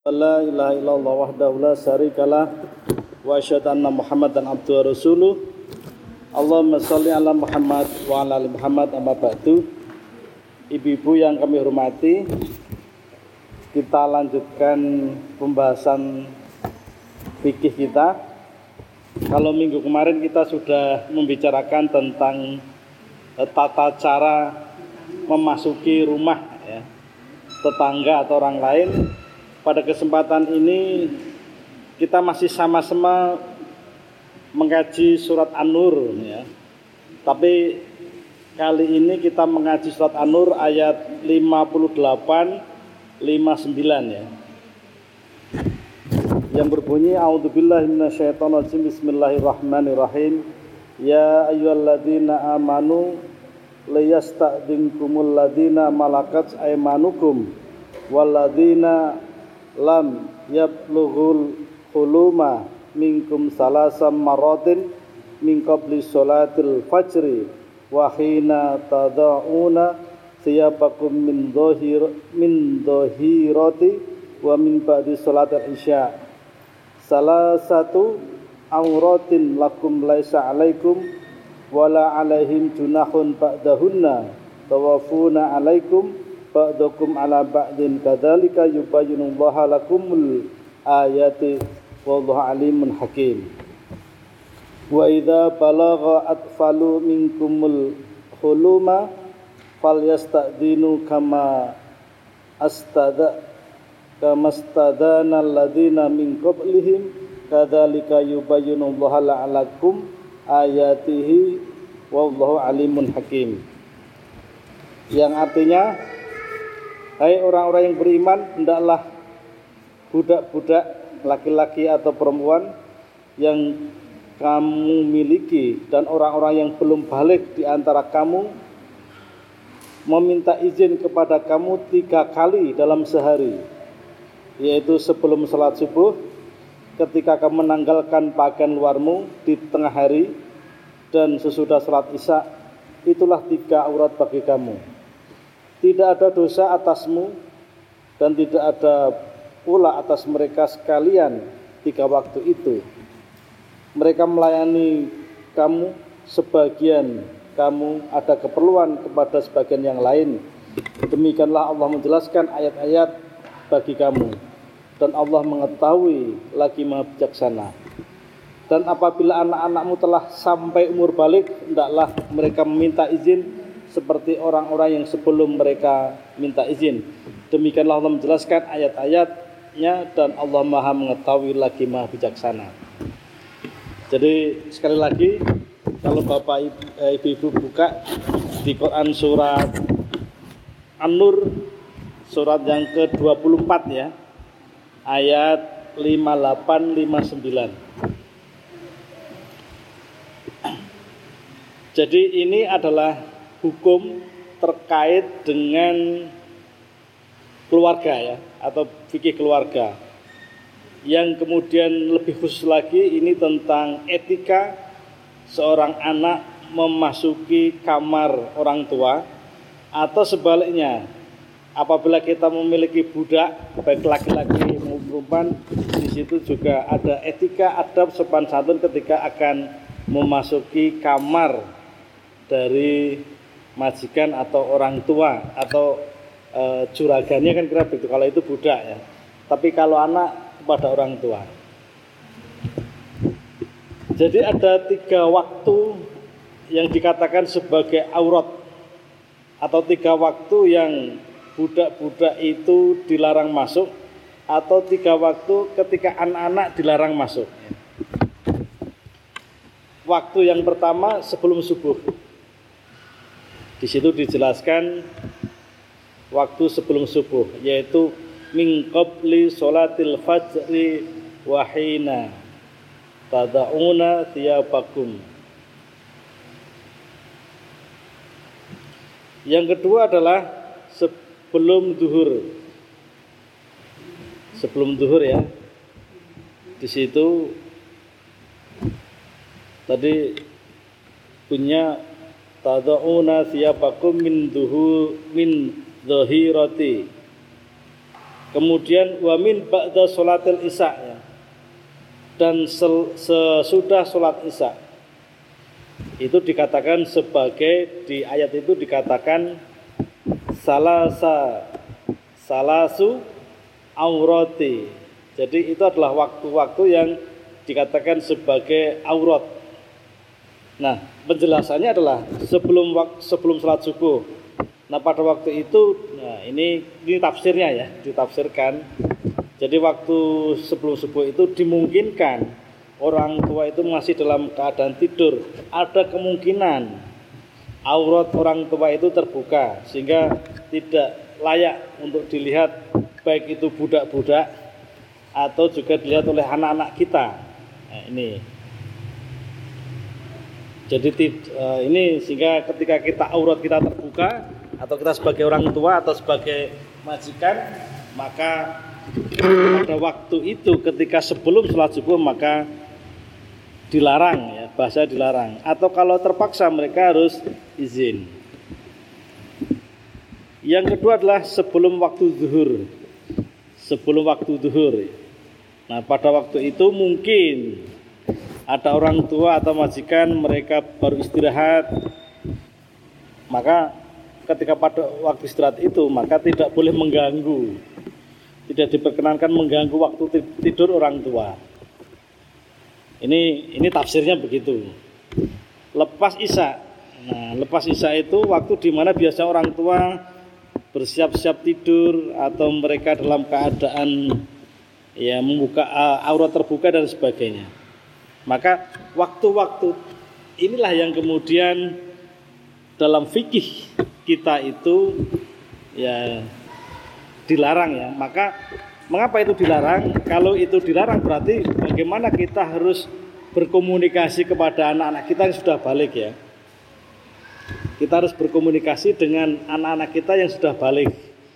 La ilaha illallah wahdahu la syarikalah wa asyhadu anna Muhammadan abduhu wa rasuluh. Allahumma shalli ala Muhammad wa ala ali Muhammad, amma ba'du. Ibu-ibu yang kami hormati, kita lanjutkan pembahasan fikih kita. Kalau minggu kemarin kita sudah membicarakan tentang tata cara memasuki rumah ya, tetangga atau orang lain. Pada kesempatan ini kita masih sama-sama mengkaji surat An-Nur ya. Tapi kali ini kita mengaji surat An-Nur ayat 58 59 ya. Yang berbunyi a'udzubillahi minasyaitonirrajim bismillahirrahmanirrahim. Ya ayyuhalladzina amanu liyasta'dzinkumul ladzina malakat aymanukum walladzina lam yablughul huluma minkum salasam maratin min qabli sholatil fajri wa hina tada'una siyabakum min dhahirati wa min ba'di sholatil isya. Salah satu auratin lakum laisa alaikum wala alaihim junahun ba'dahunna tawafuna alaikum ba'dakum ala ba'din kadzalika yubayyinullahu lakumul ayati wallahu alimun hakim. Wa idza balagha atfalu minkumul huluma falyasta'dinu kama astadana alladziina min qablihim kadzalika yubayyinullahu lakum ayatihi wallahu alimun hakim. Yang artinya, hai orang-orang yang beriman, hendaklah budak-budak laki-laki atau perempuan yang kamu miliki dan orang-orang yang belum balik di antara kamu meminta izin kepada kamu 3 kali dalam sehari, yaitu sebelum salat subuh, ketika kamu menanggalkan pakaian luarmu di tengah hari, dan sesudah salat isya. Itulah 3 aurat bagi kamu. Tidak ada dosa atasmu dan tidak ada pula atas mereka sekalian 3 waktu itu. Mereka melayani kamu, sebagian kamu ada keperluan kepada sebagian yang lain. Demikianlah Allah menjelaskan ayat-ayat bagi kamu, dan Allah mengetahui lagi Maha bijaksana. Dan apabila anak-anakmu telah sampai umur balik, hendaklah mereka meminta izin seperti orang-orang yang sebelum mereka minta izin. Demikianlah Allah menjelaskan ayat-ayatnya, dan Allah Maha mengetahui lagi Maha bijaksana. Jadi sekali lagi, kalau Bapak Ibu buka di Quran surat An-Nur, surat yang ke-24 ya, ayat 58 59. Jadi ini adalah hukum terkait dengan keluarga ya, atau fikih keluarga. Yang kemudian lebih khusus lagi, ini tentang etika seorang anak memasuki kamar orang tua, atau sebaliknya, apabila kita memiliki budak baik laki-laki maupun perempuan, di situ juga ada etika, adab, sopan santun ketika akan memasuki kamar dari majikan atau orang tua atau juragannya, kan kira begitu kalau itu budak ya. Tapi kalau anak kepada orang tua. Jadi ada 3 waktu yang dikatakan sebagai aurat, atau 3 waktu yang budak-budak itu dilarang masuk, atau 3 waktu ketika anak-anak dilarang masuk. Waktu yang pertama sebelum subuh. Di situ dijelaskan waktu sebelum subuh, yaitu min qabli sholatil fajri wa hina tada'una thiyabakum. Yang kedua adalah sebelum zuhur. Sebelum zuhur ya. Di situ tadi punya tada'una thiyabakum min dhahirati Kemudian wa min ba'da sholatil isya ya. Dan sesudah sholat isya itu dikatakan sebagai, di ayat itu dikatakan salasu aurati. Jadi itu adalah waktu-waktu yang dikatakan sebagai aurat. Nah, penjelasannya adalah sebelum sholat subuh. Nah, pada waktu itu, nah ini tafsirnya ya, ditafsirkan. Jadi waktu sebelum subuh itu dimungkinkan orang tua itu masih dalam keadaan tidur. Ada kemungkinan aurat orang tua itu terbuka sehingga tidak layak untuk dilihat, baik itu budak-budak atau juga dilihat oleh anak-anak kita. Nah, ini. Jadi ini sehingga ketika kita aurat kita terbuka atau kita sebagai orang tua atau sebagai majikan, maka pada waktu itu ketika sebelum sholat subuh maka dilarang ya, bahasa dilarang, atau kalau terpaksa mereka harus izin. Yang kedua adalah sebelum waktu zuhur. Sebelum waktu zuhur. Nah, pada waktu itu mungkin ada orang tua atau majikan mereka baru istirahat, maka ketika pada waktu istirahat itu maka tidak boleh mengganggu, tidak diperkenankan mengganggu waktu tidur orang tua. Ini tafsirnya begitu. Lepas isya. Nah, lepas isya itu waktu di mana biasa orang tua bersiap-siap tidur atau mereka dalam keadaan ya membuka aurat terbuka dan sebagainya. Maka waktu-waktu inilah yang kemudian dalam fikih kita itu ya dilarang ya. Maka mengapa itu dilarang? Kalau itu dilarang berarti bagaimana kita harus berkomunikasi kepada anak-anak kita yang sudah balik ya. Kita harus berkomunikasi dengan anak-anak kita yang sudah balik.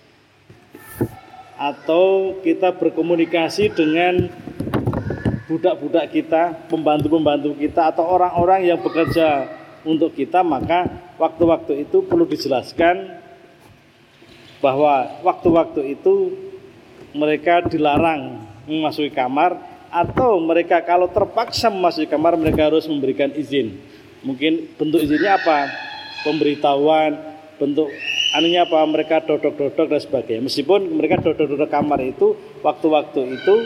Atau kita berkomunikasi dengan budak-budak kita, pembantu-pembantu kita, atau orang-orang yang bekerja untuk kita, maka waktu-waktu itu perlu dijelaskan bahwa waktu-waktu itu mereka dilarang memasuki kamar, atau mereka kalau terpaksa memasuki kamar mereka harus memberikan izin. Mungkin bentuk izinnya apa? Pemberitahuan, bentuk anunya apa? Mereka dodok-dodok dan sebagainya. Meskipun mereka dodok-dodok kamar itu waktu-waktu itu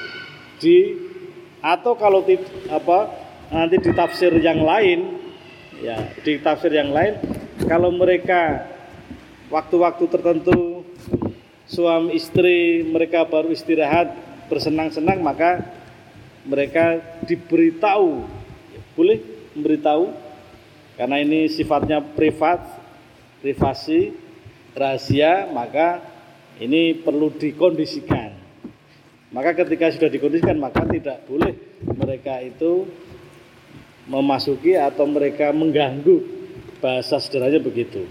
atau kalau nanti di tafsir yang lain ya, di tafsir yang lain kalau mereka waktu-waktu tertentu suami istri mereka baru istirahat bersenang-senang, maka mereka diberitahu, boleh memberitahu karena ini sifatnya privasi, rahasia, maka ini perlu dikondisikan. Maka ketika sudah dikondisikan maka tidak boleh mereka itu memasuki atau mereka mengganggu, bahasa sederhananya begitu.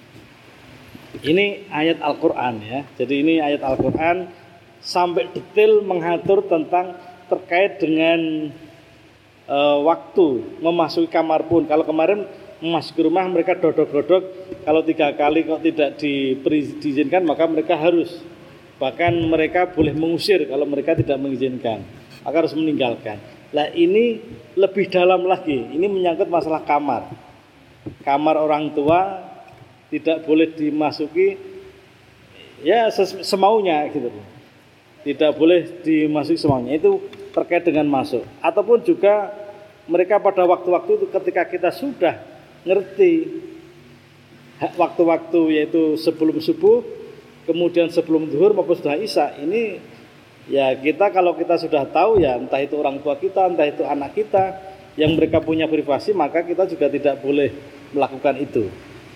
Ini ayat Al-Quran ya. Jadi ini ayat Al-Quran sampai detail mengatur tentang terkait dengan waktu memasuki kamar pun. Kalau kemarin memasuki rumah mereka dodok-dodok, kalau 3 kali kok tidak diizinkan maka mereka harus. Bahkan mereka boleh mengusir kalau mereka tidak mengizinkan, maka harus meninggalkan. Nah ini lebih dalam lagi, ini menyangkut masalah kamar. Kamar orang tua tidak boleh dimasuki ya semaunya gitu. Tidak boleh dimasuki semaunya, itu terkait dengan masuk. Ataupun juga mereka pada waktu-waktu itu ketika kita sudah ngerti waktu-waktu yaitu sebelum subuh, kemudian sebelum zuhur maupun setelah isya, ini ya kita kalau kita sudah tahu ya entah itu orang tua kita, entah itu anak kita yang mereka punya privasi, maka kita juga tidak boleh melakukan itu.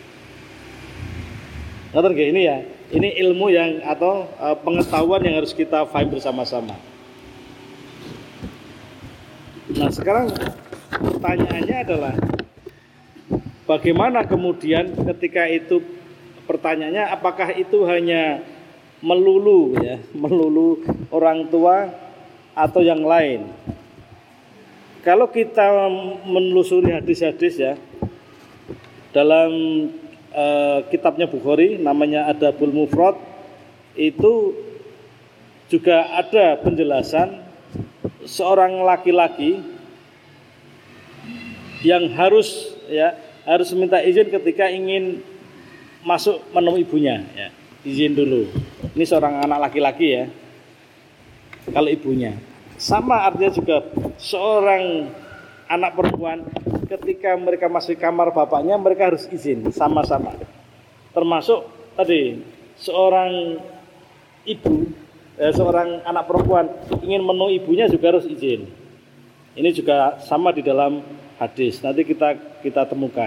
Ngerti nggih ini ya? Ini ilmu yang atau pengetahuan yang harus kita paham bersama-sama. Nah sekarang pertanyaannya adalah bagaimana kemudian ketika itu, pertanyaannya apakah itu hanya melulu orang tua atau yang lain? Kalau kita menelusuri hadis-hadis ya, dalam kitabnya Bukhari namanya Adabul Mufrad, itu juga ada penjelasan seorang laki-laki yang harus minta izin ketika ingin masuk menemui ibunya, ya. Izin dulu. Ini seorang anak laki-laki ya. Kalau ibunya. Sama artinya juga seorang anak perempuan ketika mereka masuk kamar bapaknya mereka harus izin sama-sama. Termasuk tadi seorang ibu, seorang anak perempuan ingin menemui ibunya juga harus izin. Ini juga sama di dalam hadis. Nanti kita temukan.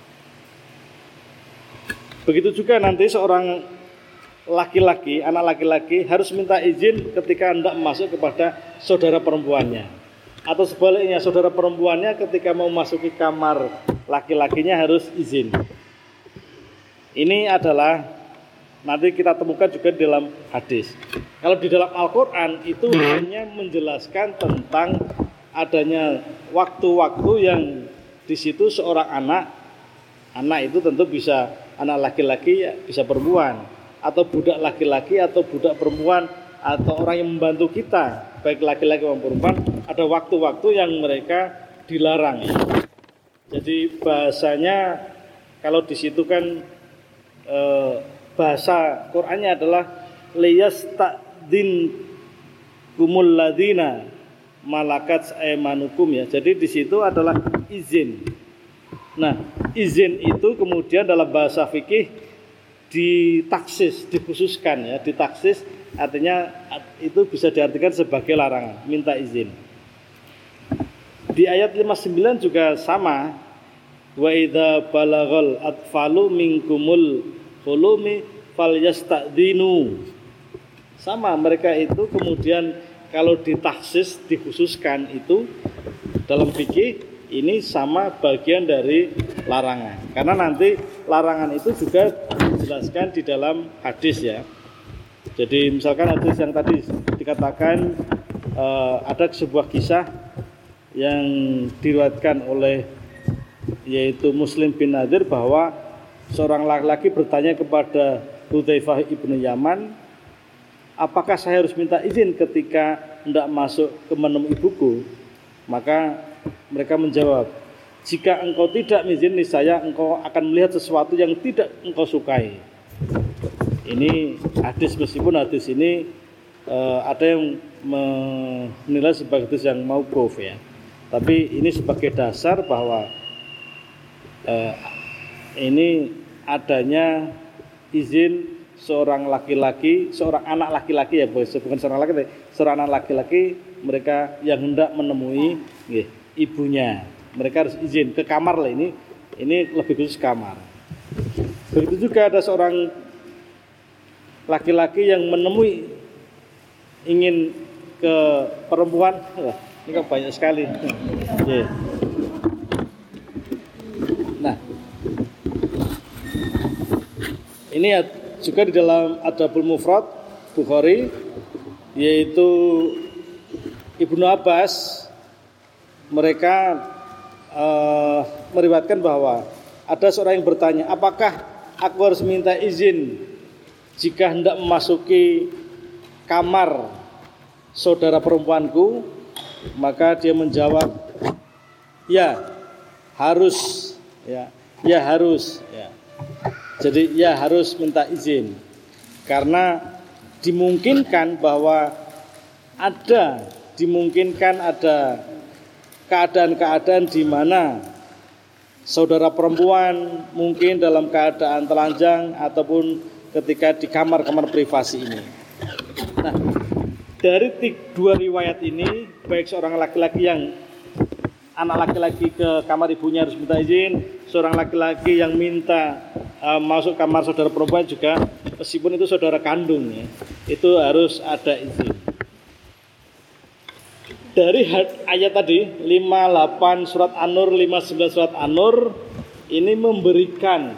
Begitu juga nanti seorang laki-laki, anak laki-laki harus minta izin ketika hendak masuk kepada saudara perempuannya. Atau sebaliknya, saudara perempuannya ketika mau masuki kamar laki-lakinya harus izin. Ini adalah nanti kita temukan juga di dalam hadis. Kalau di dalam Al-Quran itu hanya menjelaskan tentang adanya waktu-waktu yang di situ seorang anak itu tentu bisa anak laki-laki, ya, bisa perempuan, atau budak laki-laki atau budak perempuan, atau orang yang membantu kita, baik laki-laki maupun perempuan, ada waktu-waktu yang mereka dilarang. Ya. Jadi bahasanya kalau di situ kan bahasa Qur'annya adalah liyasta'din kumul ladina malakat aymanukum, ya. Jadi di situ adalah izin. Nah, izin itu kemudian dalam bahasa fikih ditaksis, dikhususkan, ya. Ditaksis artinya itu bisa diartikan sebagai larangan, minta izin. Di ayat 59 juga sama. Wa idza balaghal atfalu minkumul hulumi falyasta'dinu. Sama, mereka itu kemudian kalau ditaksis, dikhususkan itu dalam fikih ini sama bagian dari larangan. Karena nanti larangan itu juga dijelaskan di dalam hadis, ya. Jadi misalkan hadis yang tadi dikatakan ada sebuah kisah yang diriwayatkan oleh yaitu Muslim bin Nadir bahwa seorang laki-laki bertanya kepada Hudzaifah ibnu Yaman, apakah saya harus minta izin ketika hendak masuk ke menemui ibuku? Maka mereka menjawab, jika engkau tidak izin, niscaya engkau akan melihat sesuatu yang tidak engkau sukai. Ini hadis, meskipun hadis ini ada yang menilai sebagai hadis yang mauquf, ya. Tapi ini sebagai dasar bahwa ini adanya izin seorang laki-laki, seorang anak laki-laki, ya, bukan seorang laki-laki, seorang anak laki-laki mereka yang hendak menemui ibunya, mereka harus izin ke kamar lah. Ini lebih khusus kamar. Begitu juga ada seorang laki-laki yang menemui ingin ke perempuan, ini kan banyak sekali. Nah, ini juga di dalam Adabul Mufrad Bukhari, yaitu Ibnu Abbas, mereka meriwayatkan bahwa ada seorang yang bertanya, apakah aku harus minta izin jika hendak memasuki kamar saudara perempuanku? Maka dia menjawab, ya harus, ya harus, ya. Jadi ya harus minta izin, karena dimungkinkan bahwa dimungkinkan ada keadaan-keadaan di mana saudara perempuan mungkin dalam keadaan telanjang ataupun ketika di kamar-kamar privasi ini. Nah, dari dua riwayat ini, baik seorang laki-laki yang anak laki-laki ke kamar ibunya harus minta izin, seorang laki-laki yang minta masuk kamar saudara perempuan juga, meskipun itu saudara kandung, ya, itu harus ada izin. Dari ayat tadi 58 surat An-Nur, 59 surat An-Nur ini memberikan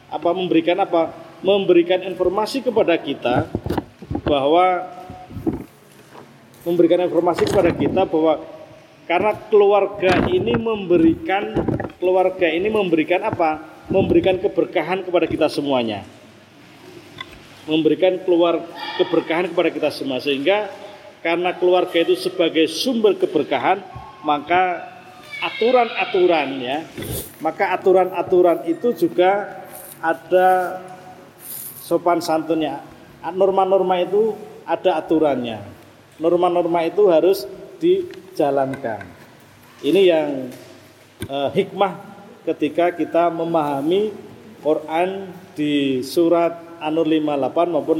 informasi kepada kita bahwa karena keluarga ini memberikan apa? Memberikan keberkahan kepada kita semuanya. memberikan keluar keberkahan kepada kita semua. Sehingga karena keluarga itu sebagai sumber keberkahan, maka aturan-aturan itu juga ada sopan santunnya. Norma-norma itu ada aturannya. Norma-norma itu harus dijalankan. Ini yang hikmah ketika kita memahami Quran di surat An-Nur 58 maupun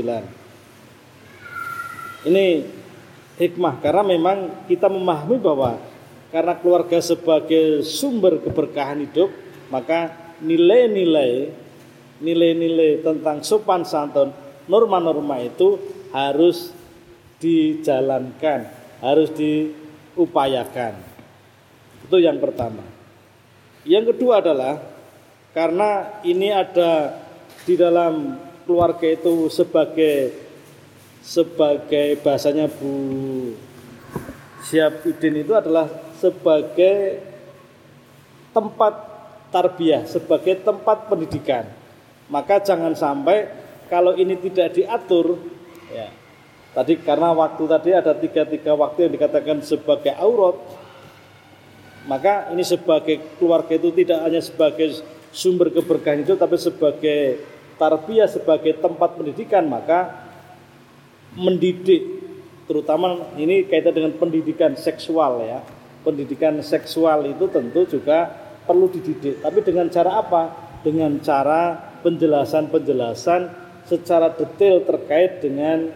59. Ini hikmah karena memang kita memahami bahwa karena keluarga sebagai sumber keberkahan hidup, maka nilai-nilai tentang sopan santun, norma-norma itu harus dijalankan, harus diupayakan. Itu yang pertama. Yang kedua adalah karena ini ada di dalam keluarga itu sebagai bahasanya Bu Syiabuddin itu adalah sebagai tempat tarbiyah, sebagai tempat pendidikan. Maka jangan sampai kalau ini tidak diatur, ya. Tadi karena waktu tadi ada tiga waktu yang dikatakan sebagai aurat, maka ini sebagai keluarga itu tidak hanya sebagai sumber keberkahan itu, tapi sebagai tarbiyah, sebagai tempat pendidikan. Maka mendidik, terutama ini kaitan dengan pendidikan seksual ya. Pendidikan seksual itu tentu juga perlu dididik. Tapi dengan cara apa? Dengan cara penjelasan secara detail terkait dengan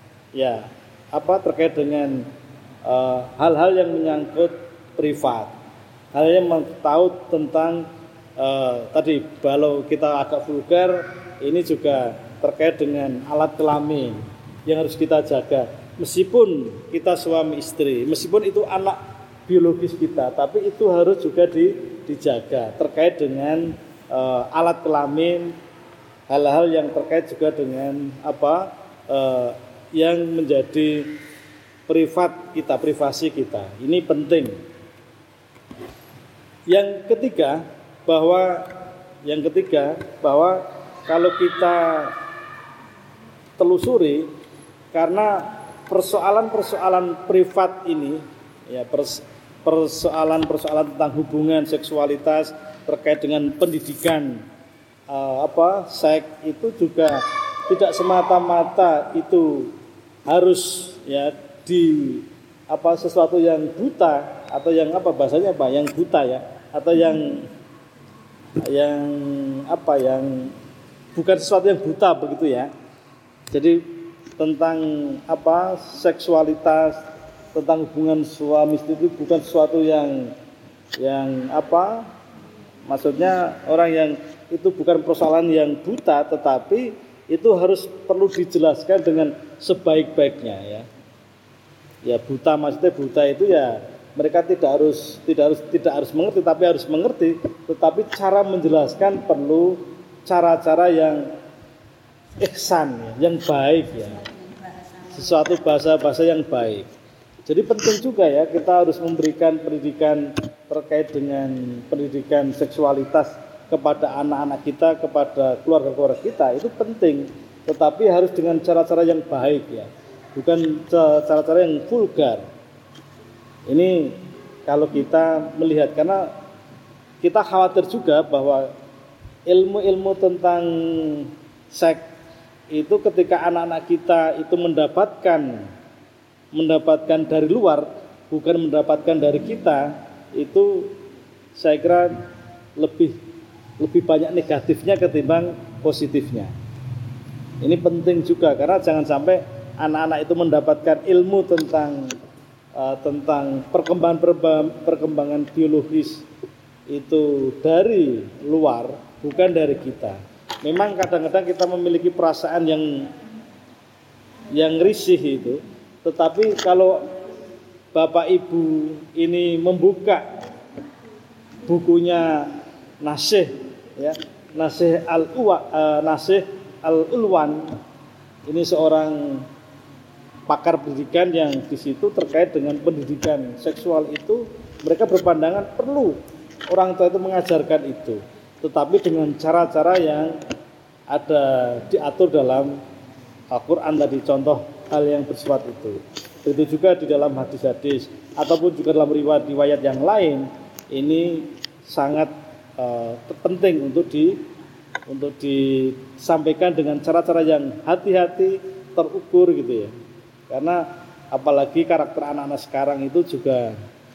hal-hal yang menyangkut privat. Hal yang tahu tentang tadi kalau kita agak vulgar, ini juga terkait dengan alat kelamin yang harus kita jaga. Meskipun kita suami istri, meskipun itu anak biologis kita, tapi itu harus juga dijaga terkait dengan alat kelamin, hal-hal yang terkait juga dengan yang menjadi privat kita, privasi kita. Ini penting. Yang ketiga bahwa kalau kita telusuri, karena persoalan privat ini ya, persoalan tentang hubungan seksualitas terkait dengan pendidikan seks itu juga tidak semata-mata itu harus ya sesuatu yang buta atau yang yang buta ya, atau yang bukan sesuatu yang buta begitu ya. Jadi tentang seksualitas, tentang hubungan suami istri itu bukan sesuatu yang maksudnya orang yang itu bukan persoalan yang buta, tetapi itu harus perlu dijelaskan dengan sebaik-baiknya ya. Ya buta maksudnya buta itu ya mereka tidak harus mengerti, tapi harus mengerti, tetapi cara menjelaskan perlu cara-cara yang ihsan ya, yang baik ya. Sesuatu bahasa yang baik. Jadi penting juga ya kita harus memberikan pendidikan terkait dengan pendidikan seksualitas kepada anak-anak kita, kepada keluarga-keluarga kita, itu penting. Tetapi harus dengan cara-cara yang baik ya. Bukan cara-cara yang vulgar. Ini kalau kita melihat, karena kita khawatir juga bahwa ilmu-ilmu tentang seks itu ketika anak-anak kita itu mendapatkan dari luar, bukan mendapatkan dari kita, itu saya kira lebih banyak negatifnya ketimbang positifnya. Ini penting juga karena jangan sampai anak-anak itu mendapatkan ilmu tentang perkembangan biologis itu dari luar, bukan dari kita. Memang kadang-kadang kita memiliki perasaan yang risih itu, tetapi kalau Bapak Ibu ini membuka bukunya Nasih ya, Nasih Al-Ulwan, ini seorang pakar pendidikan yang di situ terkait dengan pendidikan seksual itu, mereka berpandangan perlu orang tua itu mengajarkan itu, tetapi dengan cara-cara yang ada diatur dalam Al-Quran tadi contoh hal yang bersifat itu. Begitu juga di dalam hadis-hadis ataupun juga dalam riwayat yang lain, ini sangat penting untuk disampaikan dengan cara-cara yang hati-hati, terukur gitu ya. Karena apalagi karakter anak-anak sekarang itu juga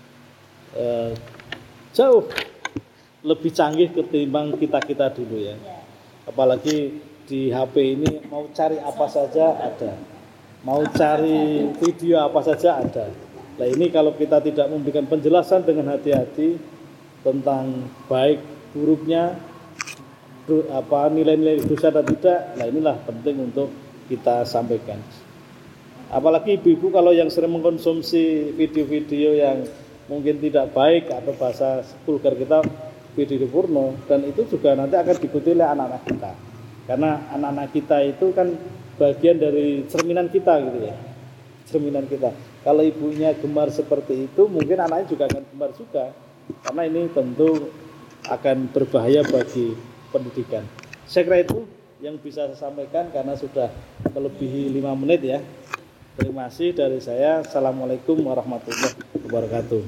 jauh lebih canggih ketimbang kita dulu ya. Apalagi di HP ini mau cari apa saja ada, mau cari video apa saja ada. Nah ini kalau kita tidak memberikan penjelasan dengan hati-hati tentang baik buruknya, nilai-nilai dosa dan tidak, nah inilah penting untuk kita sampaikan. Apalagi ibu-ibu kalau yang sering mengkonsumsi video-video yang mungkin tidak baik atau bahasa vulgar kita video porno, dan itu juga nanti akan diikuti oleh anak-anak kita. Karena anak-anak kita itu kan bagian dari cerminan kita gitu ya. Cerminan kita. Kalau ibunya gemar seperti itu, mungkin anaknya juga akan gemar juga. Karena ini tentu akan berbahaya bagi pendidikan. Saya kira itu yang bisa saya sampaikan karena sudah melebihi 5 menit ya. Terima kasih dari saya. Assalamualaikum warahmatullahi wabarakatuh.